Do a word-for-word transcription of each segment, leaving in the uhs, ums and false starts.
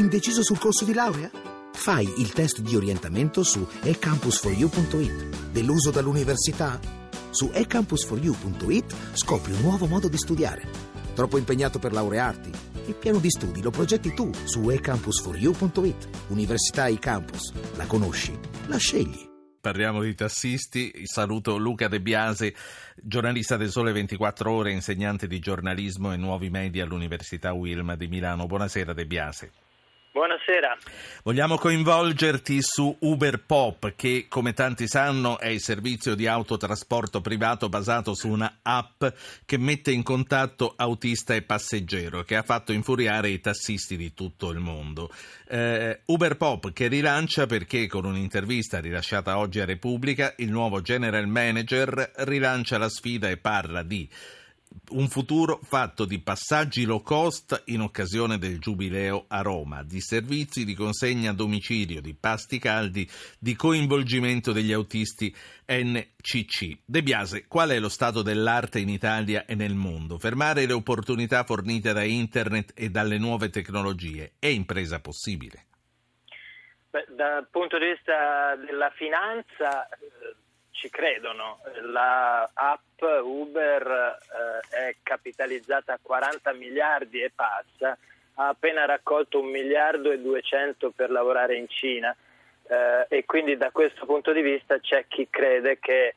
Indeciso sul corso di laurea? Fai il test di orientamento su e campus for you punto it. Deluso dall'università? Su e campus for you punto it scopri un nuovo modo di studiare. Troppo impegnato per laurearti? Il piano di studi lo progetti tu su e campus for you punto it. Università e-Campus. La conosci? La scegli. Parliamo di tassisti. Saluto Luca De Biasi, giornalista del Sole ventiquattro Ore, insegnante di giornalismo e nuovi media all'Università Wilma di Milano. Buonasera De Biasi. Buonasera. Vogliamo coinvolgerti su Uber Pop, che come tanti sanno è il servizio di autotrasporto privato basato su una app che mette in contatto autista e passeggero, che ha fatto infuriare i tassisti di tutto il mondo. Eh, Uber Pop che rilancia perché con un'intervista rilasciata oggi a Repubblica il nuovo general manager rilancia la sfida e parla di un futuro fatto di passaggi low cost in occasione del Giubileo a Roma, di servizi di consegna a domicilio, di pasti caldi, di coinvolgimento degli autisti N C C. De Biasi, qual è lo stato dell'arte in Italia e nel mondo? Fermare le opportunità fornite da internet e dalle nuove tecnologie è impresa possibile? Beh, dal punto di vista della finanza eh, ci credono. La app Uber eh, è capitalizzata a quaranta miliardi e passa, ha appena raccolto un miliardo e duecento per lavorare in Cina eh, e quindi da questo punto di vista c'è chi crede che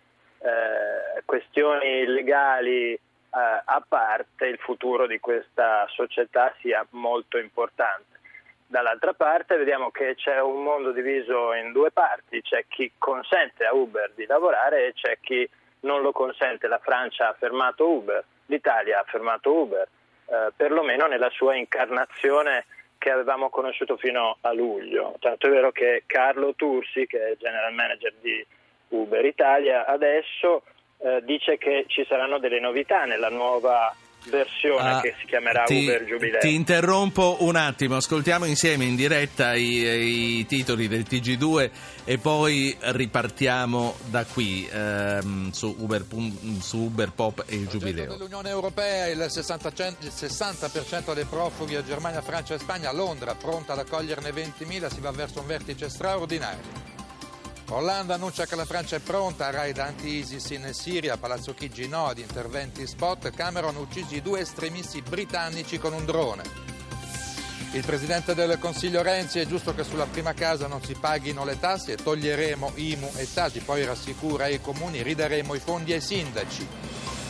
eh, questioni legali eh, a parte il futuro di questa società sia molto importante. Dall'altra parte vediamo che c'è un mondo diviso in due parti, c'è chi consente a Uber di lavorare e c'è chi non lo consente. La Francia ha fermato Uber, l'Italia ha fermato Uber, eh, perlomeno nella sua incarnazione che avevamo conosciuto fino a luglio. Tanto è vero che Carlo Tursi, che è il general manager di Uber Italia, adesso eh, dice che ci saranno delle novità nella nuova versione ah, che si chiamerà ti, Uber Giubileo. Ti interrompo un attimo, ascoltiamo insieme in diretta i, i titoli del T G due e poi ripartiamo da qui ehm, su, Uber, su Uber Pop e il Giubileo. Dell'Unione Europea il sessanta per cento dei profughi a Germania, Francia e Spagna. Londra pronta ad accoglierne ventimila, si va verso un vertice straordinario. Hollande annuncia che la Francia è pronta a raid anti-ISIS in Siria, Palazzo Chigi no ad interventi spot, Cameron uccisi due estremisti britannici con un drone. Il Presidente del Consiglio Renzi: è giusto che sulla prima casa non si paghino le tasse, toglieremo I M U e Tasi, poi rassicura i comuni, ridaremo i fondi ai sindaci.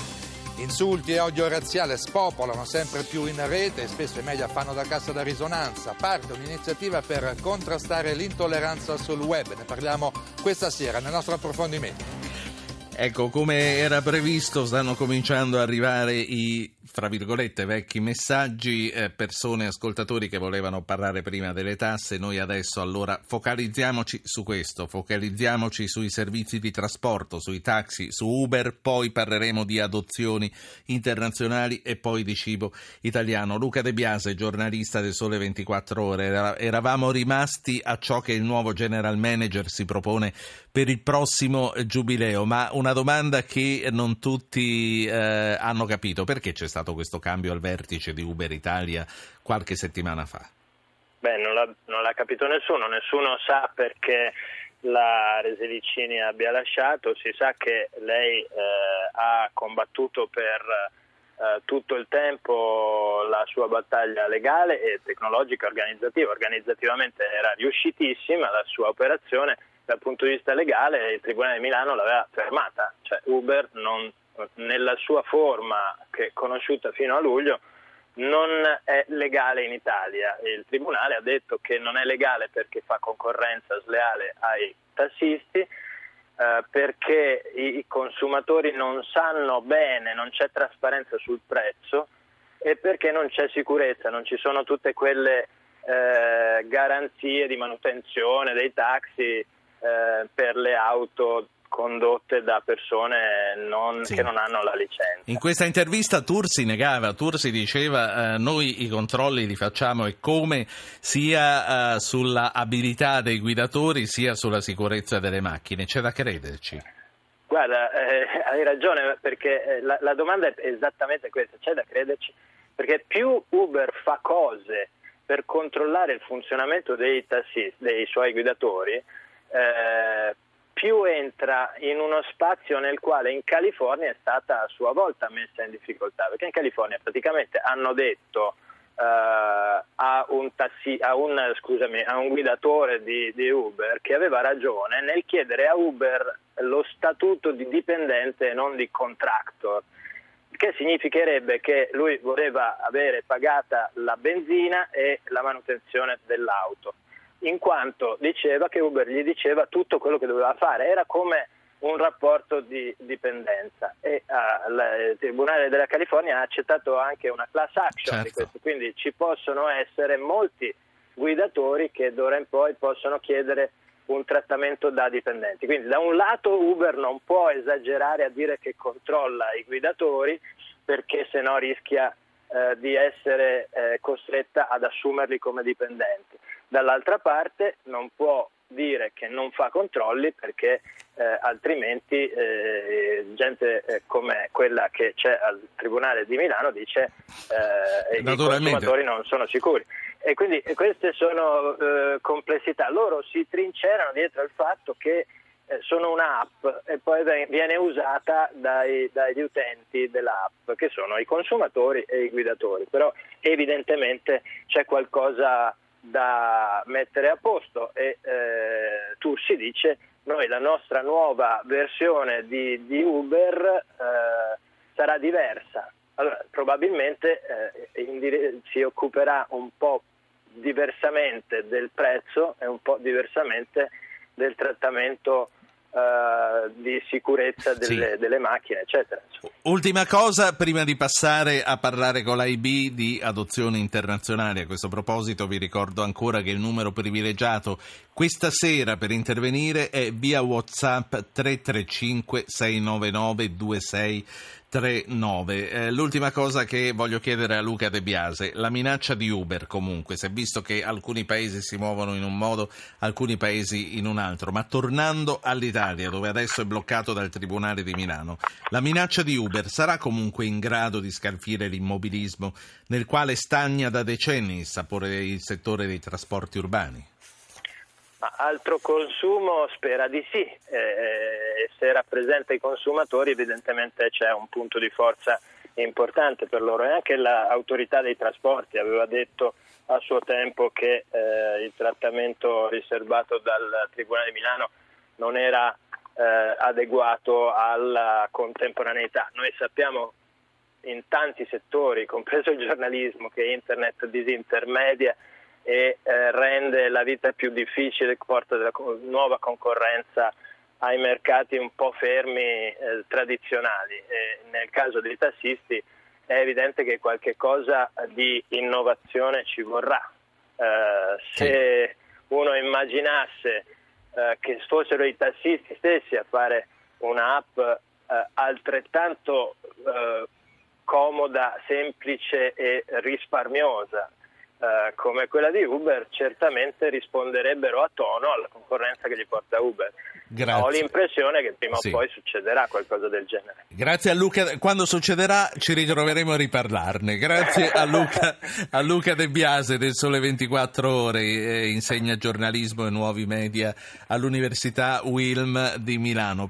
Insulti e odio razziale spopolano sempre più in rete e spesso i media fanno da cassa da risonanza. Parte un'iniziativa per contrastare l'intolleranza sul web. Ne parliamo questa sera nel nostro approfondimento. Ecco, come era previsto, stanno cominciando ad arrivare i, fra virgolette, vecchi messaggi, eh, persone, ascoltatori che volevano parlare prima delle tasse. Noi adesso allora focalizziamoci su questo, focalizziamoci sui servizi di trasporto, sui taxi, su Uber, poi parleremo di adozioni internazionali e poi di cibo italiano. Luca De Biasi, giornalista del Sole ventiquattro Ore, Era, eravamo rimasti a ciò che il nuovo general manager si propone per il prossimo Giubileo, ma una domanda che non tutti eh, hanno capito: perché c'è stato questo cambio al vertice di Uber Italia qualche settimana fa? Beh, non l'ha, non l'ha capito nessuno, nessuno sa perché la Reselicini abbia lasciato. Si sa che lei eh, ha combattuto per eh, tutto il tempo la sua battaglia legale e tecnologica organizzativa. Organizzativamente era riuscitissima la sua operazione. Dal punto di vista legale il Tribunale di Milano l'aveva fermata, cioè Uber non, nella sua forma che è conosciuta fino a luglio non è legale in Italia. Il Tribunale ha detto che non è legale perché fa concorrenza sleale ai tassisti, eh, perché i consumatori non sanno bene, non c'è trasparenza sul prezzo e perché non c'è sicurezza, non ci sono tutte quelle eh, garanzie di manutenzione dei taxi Eh, per le auto condotte da persone non, sì. che non hanno la licenza. In questa intervista Tursi negava, Tursi diceva eh, noi i controlli li facciamo e come sia eh, sulla abilità dei guidatori sia sulla sicurezza delle macchine. C'è da crederci? Guarda, eh, hai ragione, perché eh, la, la domanda è esattamente questa: c'è da crederci? Perché più Uber fa cose per controllare il funzionamento dei tassisti, dei suoi guidatori, eh, più entra in uno spazio nel quale in California è stata a sua volta messa in difficoltà, perché in California praticamente hanno detto uh, a un tassi, a un scusami, a un guidatore di, di Uber che aveva ragione nel chiedere a Uber lo statuto di dipendente e non di contractor, che significherebbe che lui voleva avere pagata la benzina e la manutenzione dell'auto, in quanto diceva che Uber gli diceva tutto quello che doveva fare, era come un rapporto di dipendenza, e uh, il Tribunale della California ha accettato anche una class action, certo, di questo, quindi ci possono essere molti guidatori che d'ora in poi possono chiedere un trattamento da dipendenti. Quindi da un lato Uber non può esagerare a dire che controlla i guidatori, perché se no rischia eh, di essere eh, costretta ad assumerli come dipendenti. Dall'altra parte non può dire che non fa controlli, perché eh, altrimenti eh, gente eh, come quella che c'è al Tribunale di Milano dice eh, i consumatori non sono sicuri. E quindi queste sono eh, complessità. Loro si trincerano dietro il fatto che eh, sono un'app e poi viene usata dai, dagli utenti dell'app, che sono i consumatori e i guidatori, però evidentemente c'è qualcosa da mettere a posto, e eh, Tursi dice: noi la nostra nuova versione di, di Uber eh, sarà diversa. Allora, probabilmente eh, in, si occuperà un po' diversamente del prezzo e un po' diversamente del trattamento Uh, di sicurezza delle, sì. delle macchine, eccetera. Ultima cosa prima di passare a parlare con l'A I B di adozioni internazionali. A questo proposito vi ricordo ancora che il numero privilegiato questa sera per intervenire è via WhatsApp tre tre cinque sei nove nove due sei tre nove. Eh, l'ultima cosa che voglio chiedere a Luca De Biase: la minaccia di Uber, comunque, si è visto che alcuni paesi si muovono in un modo, alcuni paesi in un altro, ma tornando all'Italia, dove adesso è bloccato dal Tribunale di Milano, la minaccia di Uber sarà comunque in grado di scalfire l'immobilismo nel quale stagna da decenni il sapore il settore dei trasporti urbani? Ma altro consumo spera di sì, eh, se rappresenta i consumatori evidentemente c'è un punto di forza importante per loro, e anche l'autorità dei trasporti aveva detto a suo tempo che eh, il trattamento riservato dal Tribunale di Milano non era eh, adeguato alla contemporaneità. Noi sappiamo in tanti settori, compreso il giornalismo, che internet disintermedia e eh, rende la vita più difficile, porta della co- nuova concorrenza ai mercati un po' fermi eh, tradizionali. E nel caso dei tassisti è evidente che qualche cosa di innovazione ci vorrà. Eh, se uno immaginasse eh, che fossero i tassisti stessi a fare un'app eh, altrettanto eh, comoda, semplice e risparmiosa Uh, come quella di Uber, certamente risponderebbero a tono alla concorrenza che gli porta Uber. Grazie. Ho l'impressione che prima sì. o poi succederà qualcosa del genere. Grazie a Luca, quando succederà ci ritroveremo a riparlarne. Grazie a Luca, a Luca De Biase del Sole ventiquattro Ore, eh, insegna giornalismo e nuovi media all'Università Wilm di Milano.